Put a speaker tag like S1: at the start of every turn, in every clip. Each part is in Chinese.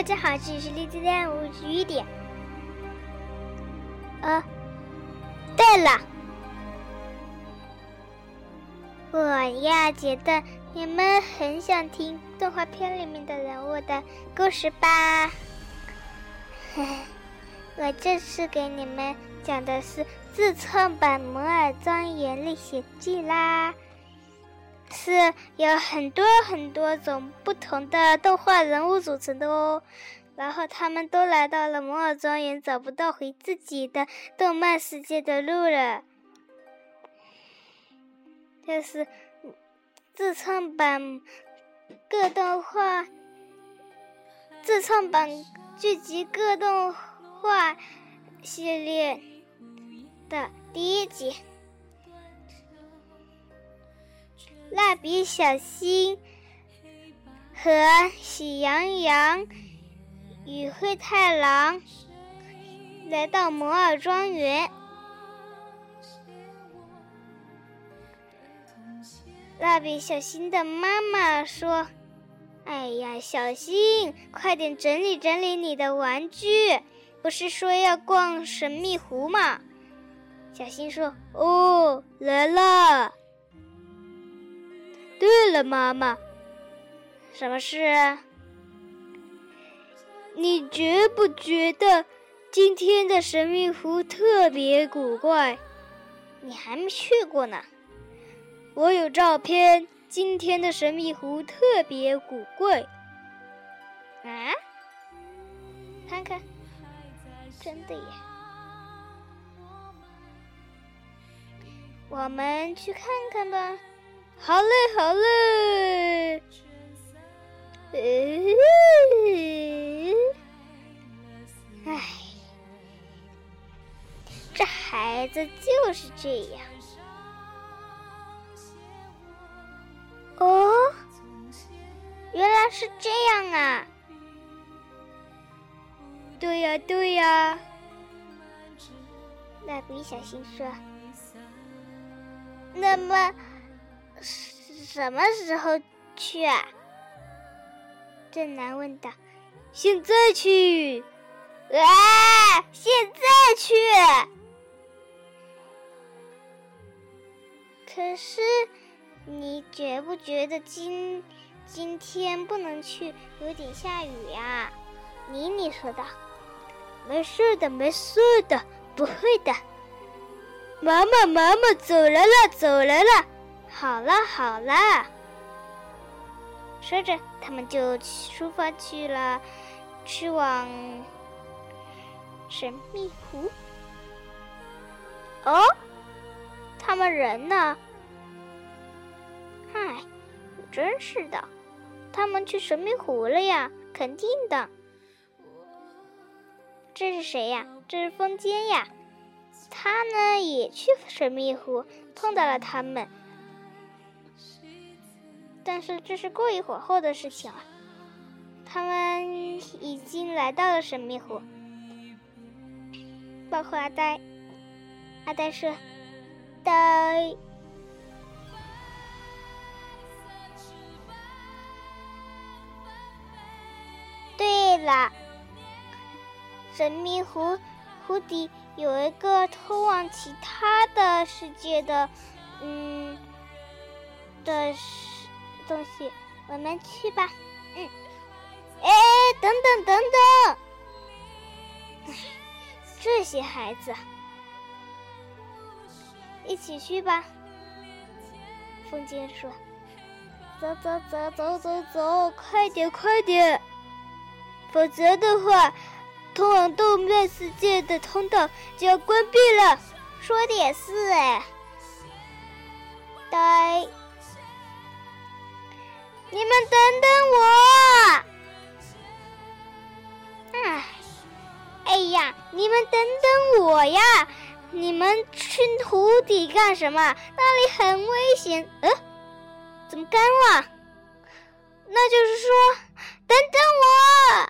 S1: 家好，这里是荔枝FM，我是雨点。对了，我呀觉得你们很想听动画片里面的人物的故事吧？我这次给你们讲的是自创版《摩尔庄园历险记》啦，是有很多种不同的动画人物组成的哦。然后他们都来到了摩尔庄园，找不到回自己的动漫世界的路了。这是自创版剧集各动画系列的第一集。蜡笔小新和喜羊羊与灰太狼来到摩尔庄园。蜡笔小新的妈妈说：哎呀，小新，快点整理整理你的玩具，不是说要逛神秘湖吗？小新说：哦，来了。对了，妈妈，什么事啊？你觉不觉得今天的神秘湖特别古怪？你还没去过呢。我有照片，今天的神秘湖特别古怪。啊？看看，真的耶！我们去看看吧。好嘞，好嘞。唉，这孩子就是这样。哦，原来是这样啊！对呀，对呀。蜡笔小新说：那么什么时候去啊？正南问道。现在去。现在去。可是你觉不觉得今天不能去，有点下雨呀？妮妮说道。没事的，没事的，不会的。妈妈，走来了。好了。说着，他们就出发去往神秘湖。哦，他们人呢？唉，真是的，他们去神秘湖了呀，肯定的。这是谁呀？这是风间呀。他呢也去神秘湖，碰到了他们。但是这是过一会儿后的事情了。他们已经来到了神秘湖，包括阿呆。阿呆说：呆。对了，神秘湖底有一个通往其他的世界的东西，我们去吧。等等，这些孩子，一起去吧。风间说：走，快点，否则的话，通往动漫世界的通道就要关闭了。说的也是哎。呆，你们等等我。哎呀，你们等等我呀！你们去湖底干什么？那里很危险。怎么干了？那就是说，等等我。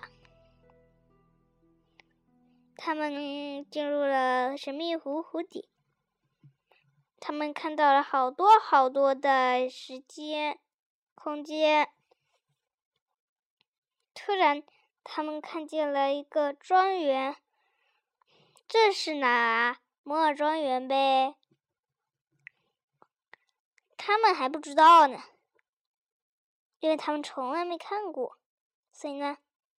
S1: 他们进入了神秘湖底，他们看到了好多的时间、空间。突然， 他们看见了一个庄园。这是哪啊？摩尔庄园呗。他们还不知道呢，因为他们从来没看过。所以呢，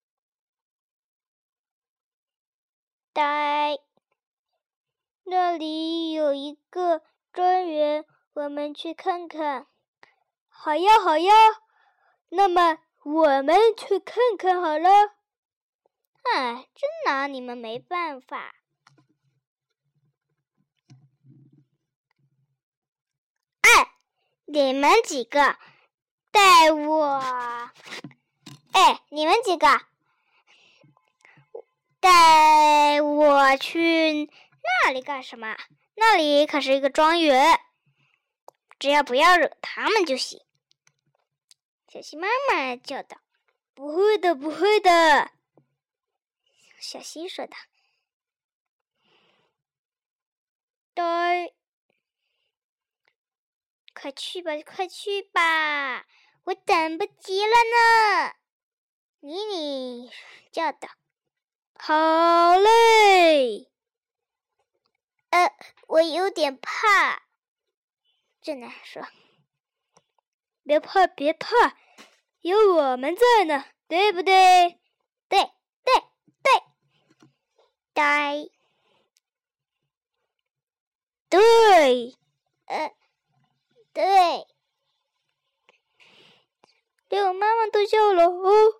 S1: 那里有一个庄园，我们去看看。好呀，好呀，那么我们去看看好了。哎，真拿你们没办法。哎，你们几个带我，你们几个带我去那里干什么？那里可是一个庄园，只要不要惹他们就行。小溪妈妈叫道：“不会的，不会的。”小溪说道：“对，快去吧，快去吧，我等不及了呢。”妮妮叫道：“好嘞。”我有点怕。正南说：“别怕，别怕，有我们在呢，对不对？”对，对，对，对，对，对。连我妈妈都叫了哦。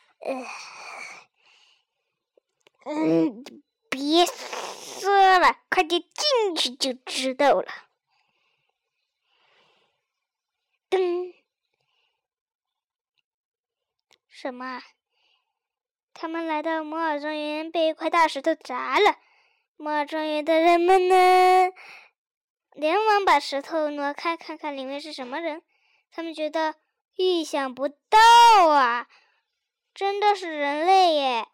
S1: 别说了，快点进去就知道了。噔，什么？他们来到摩尔庄园，被一块大石头砸了。摩尔庄园的人们呢，连忙把石头挪开，看看里面是什么人。他们觉得意想不到啊，真的是人类耶！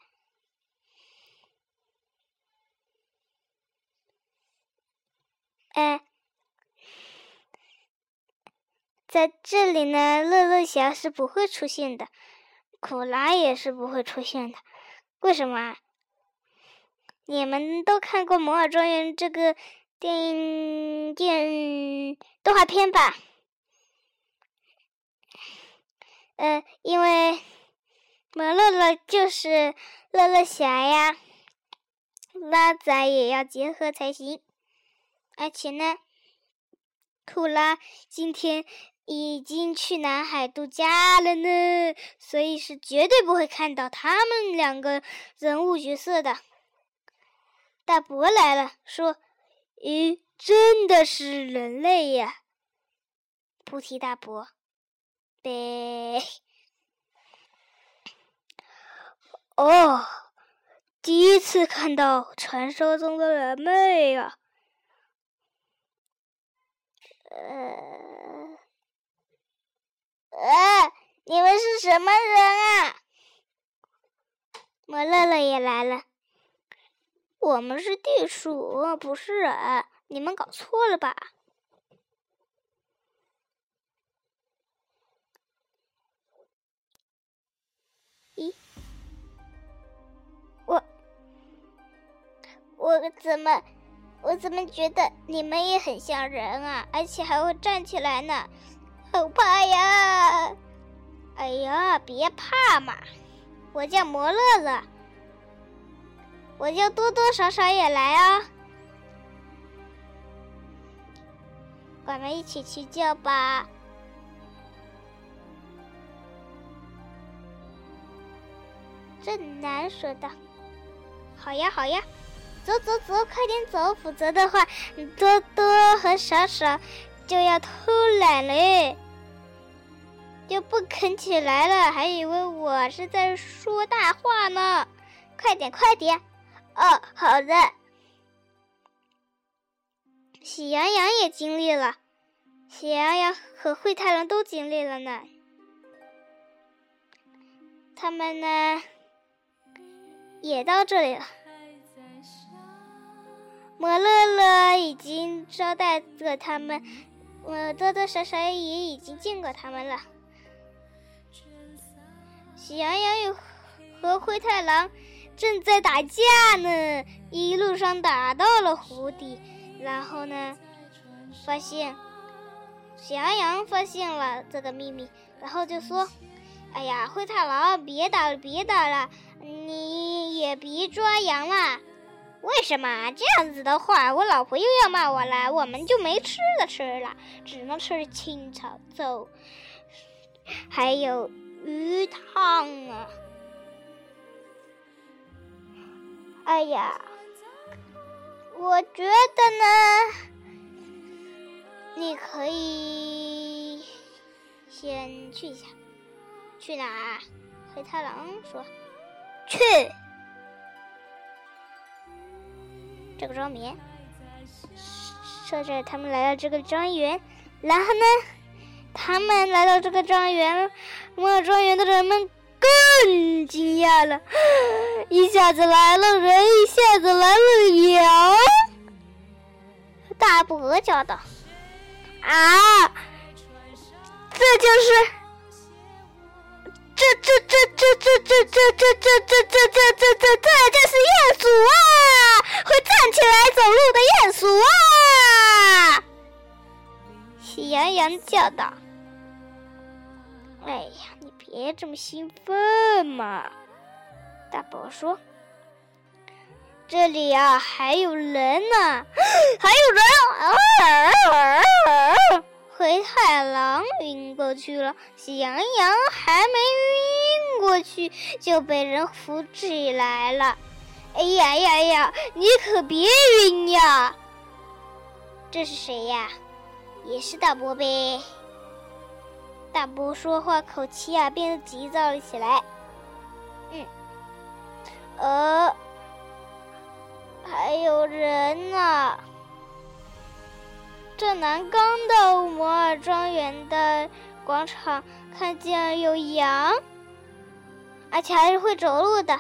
S1: 在这里呢，乐乐侠是不会出现的，库拉也是不会出现的。为什么？你们都看过《摩尔庄园》这个动画片吧？因为摩乐乐就是乐乐侠呀，拉仔也要结合才行。而且呢，库拉今天已经去南海度假了呢，所以是绝对不会看到他们两个人物角色的。大伯来了，说：“咦，真的是人类呀！”菩提大伯，呗。哦，第一次看到传说中的人类呀！你们是什么人啊？摩乐乐也来了。我们是地鼠，不是人，你们搞错了吧？咦，我怎么觉得你们也很像人啊？而且还会站起来呢，好怕呀！哎呀，别怕嘛，我叫摩乐乐，我就多多少少也来啊。我们一起去叫吧。正南说道：“好呀，好呀，走走走，快点走，否则的话，多多和少少就要偷懒了，就不肯起来了，还以为我是在说大话呢。快点，快点！哦，好的。”喜羊羊也经历了，喜羊羊和灰太狼都经历了呢。他们呢，也到这里了。摩乐乐已经招待过他们，多多少少也已经见过他们了。喜羊羊与和灰太狼正在打架呢，一路上打到了湖底。然后呢，发现喜羊羊发现了这个秘密，然后就说：“哎呀，灰太狼，别打了，你也别抓羊了。为什么这样子的话，我老婆又要骂我了，我们就没吃了，只能吃青草粥，还有鱼汤啊。哎呀，我觉得呢，你可以先去一下。去哪？灰太狼说：去这个庄园。说着他们来到这个庄园，然后呢，他们来到这个庄园，庄园的人们更惊讶了，一下子来了人，一下子来了羊。大伯叫道：啊，这就是这是鼹鼠啊，会站起来走路的鼹鼠啊！喜羊羊叫道：哎呀，你别这么兴奋嘛。大伯说：这里啊还有人呢，还有人！灰太狼晕过去了，喜羊羊还没晕过去就被人扶起来了。哎呀，你可别晕呀！这是谁呀？也是大伯呗。大伯说话口气啊变得急躁了起来。还有人呢。这南刚的摩尔庄园的广场看见有羊，而且还是会走路的。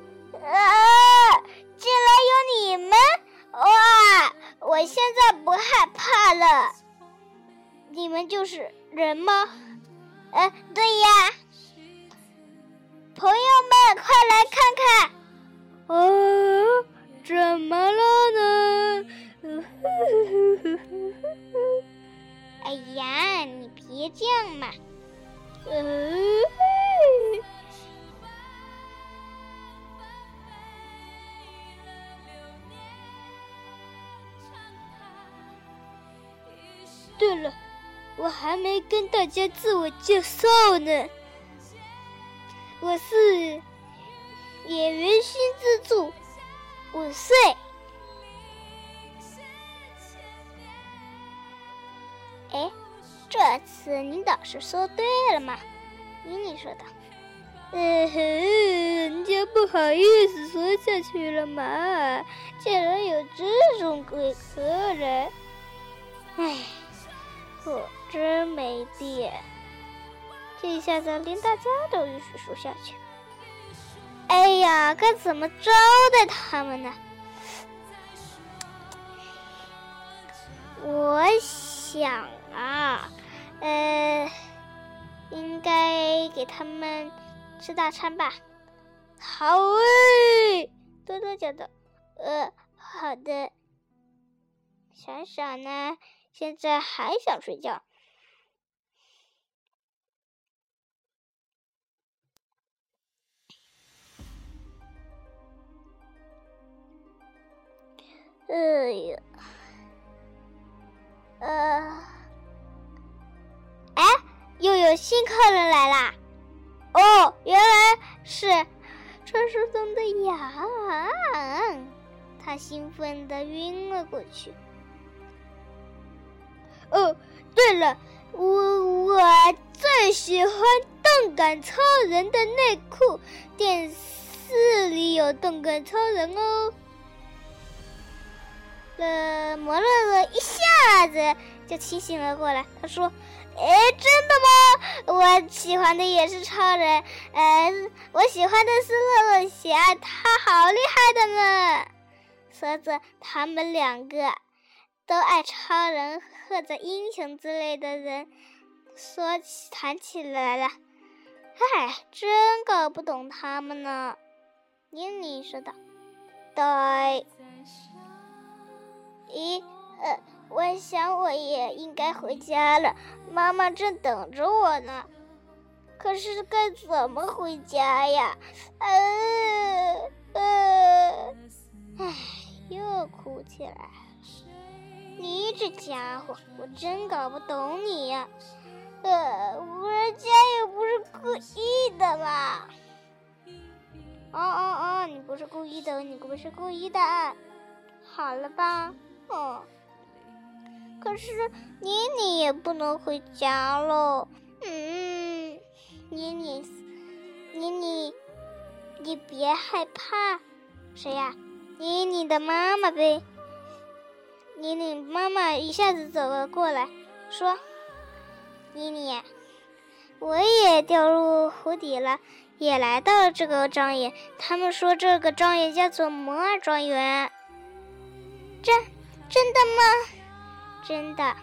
S1: 竟然有你们！哇，我现在不害怕了。你们就是人吗？对呀。朋友们，快来看看。怎么了呢？哎呀，你别这样嘛。对了，我还没跟大家自我介绍呢。我是演员新之助，5岁。这次你倒是说对了嘛，妮妮说的。人家不好意思说下去了嘛，竟然有这种鬼客人。我真没电，这一下子连大家都一起说下去。哎呀，该怎么招待他们呢？我想啊，应该给他们吃大餐吧。好多多讲的。好的。想想呢，现在还想睡觉。又有新客人来啦！原来是传说中的羊。他兴奋地晕了过去。对了，我最喜欢动感超人的内裤，电视里有动感超人哦。摩乐乐一下子就清醒了过来，他说：真的吗？我喜欢的也是超人，我喜欢的是乐乐侠，他好厉害的呢。说着他们两个都爱超人或者英雄之类的人谈起来了。 唉，真搞不懂他们呢。妮妮说道。对。咦，我想我也应该回家了，妈妈正等着我呢。可是该怎么回家呀？又哭起来。你这家伙，我真搞不懂你呀。人家又不是故意的嘛。你不是故意的，你不是故意的。好了吧？可是妮妮也不能回家喽。妮妮，你别害怕。谁呀？妮妮的妈妈呗。妮妮妈妈一下子走了过来，说：“妮妮，我也掉入湖底了，也来到了这个庄园。他们说这个庄园叫做摩尔庄园。”真的吗？真的。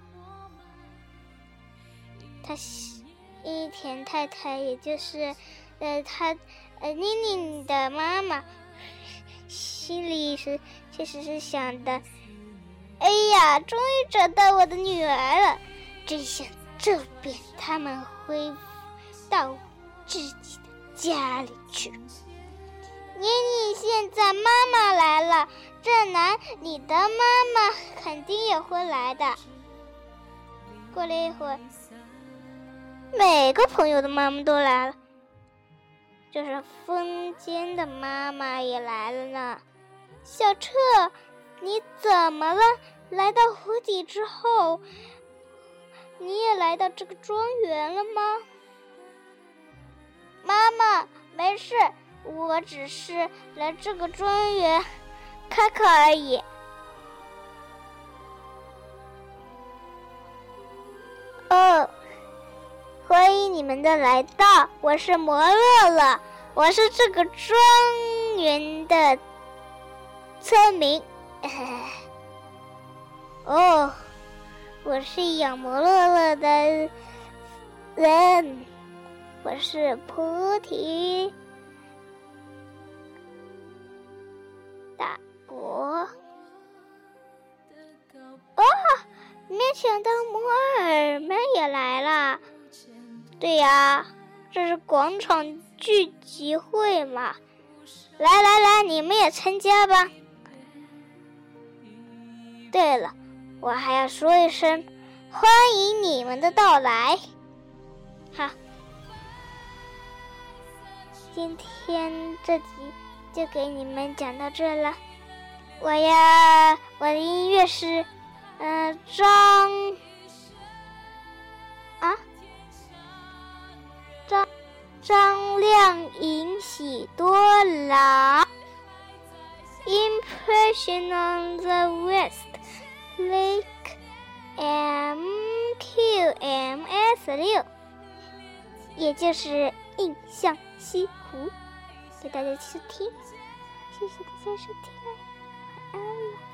S1: 田太太，也就是妮妮的妈妈，心里确实是想的，哎呀，终于找到我的女儿了，真想这边他们恢复到自己的家里去。妮妮，现在妈妈来了，正南，你的妈妈肯定也会来的。过了一会儿，每个朋友的妈妈都来了，就是风间的妈妈也来了呢。小彻，你怎么了？来到湖底之后，你也来到这个庄园了吗？妈妈，没事，我只是来这个庄园看看而已。欢迎你们的来到，我是摩乐乐，我是这个庄园的村民。我是养摩乐乐的人，我是菩提大伯。没想到摩尔们也来了。对呀，这是广场聚集会嘛。来，你们也参加吧。对了，我还要说一声欢迎你们的到来。好，今天这集就给你们讲到这了。我的音乐是张靓颖喜多郎 Impression on the West Lake MQMS6， 也就是印象西湖，给大家收听，谢谢大家收听，晚安了。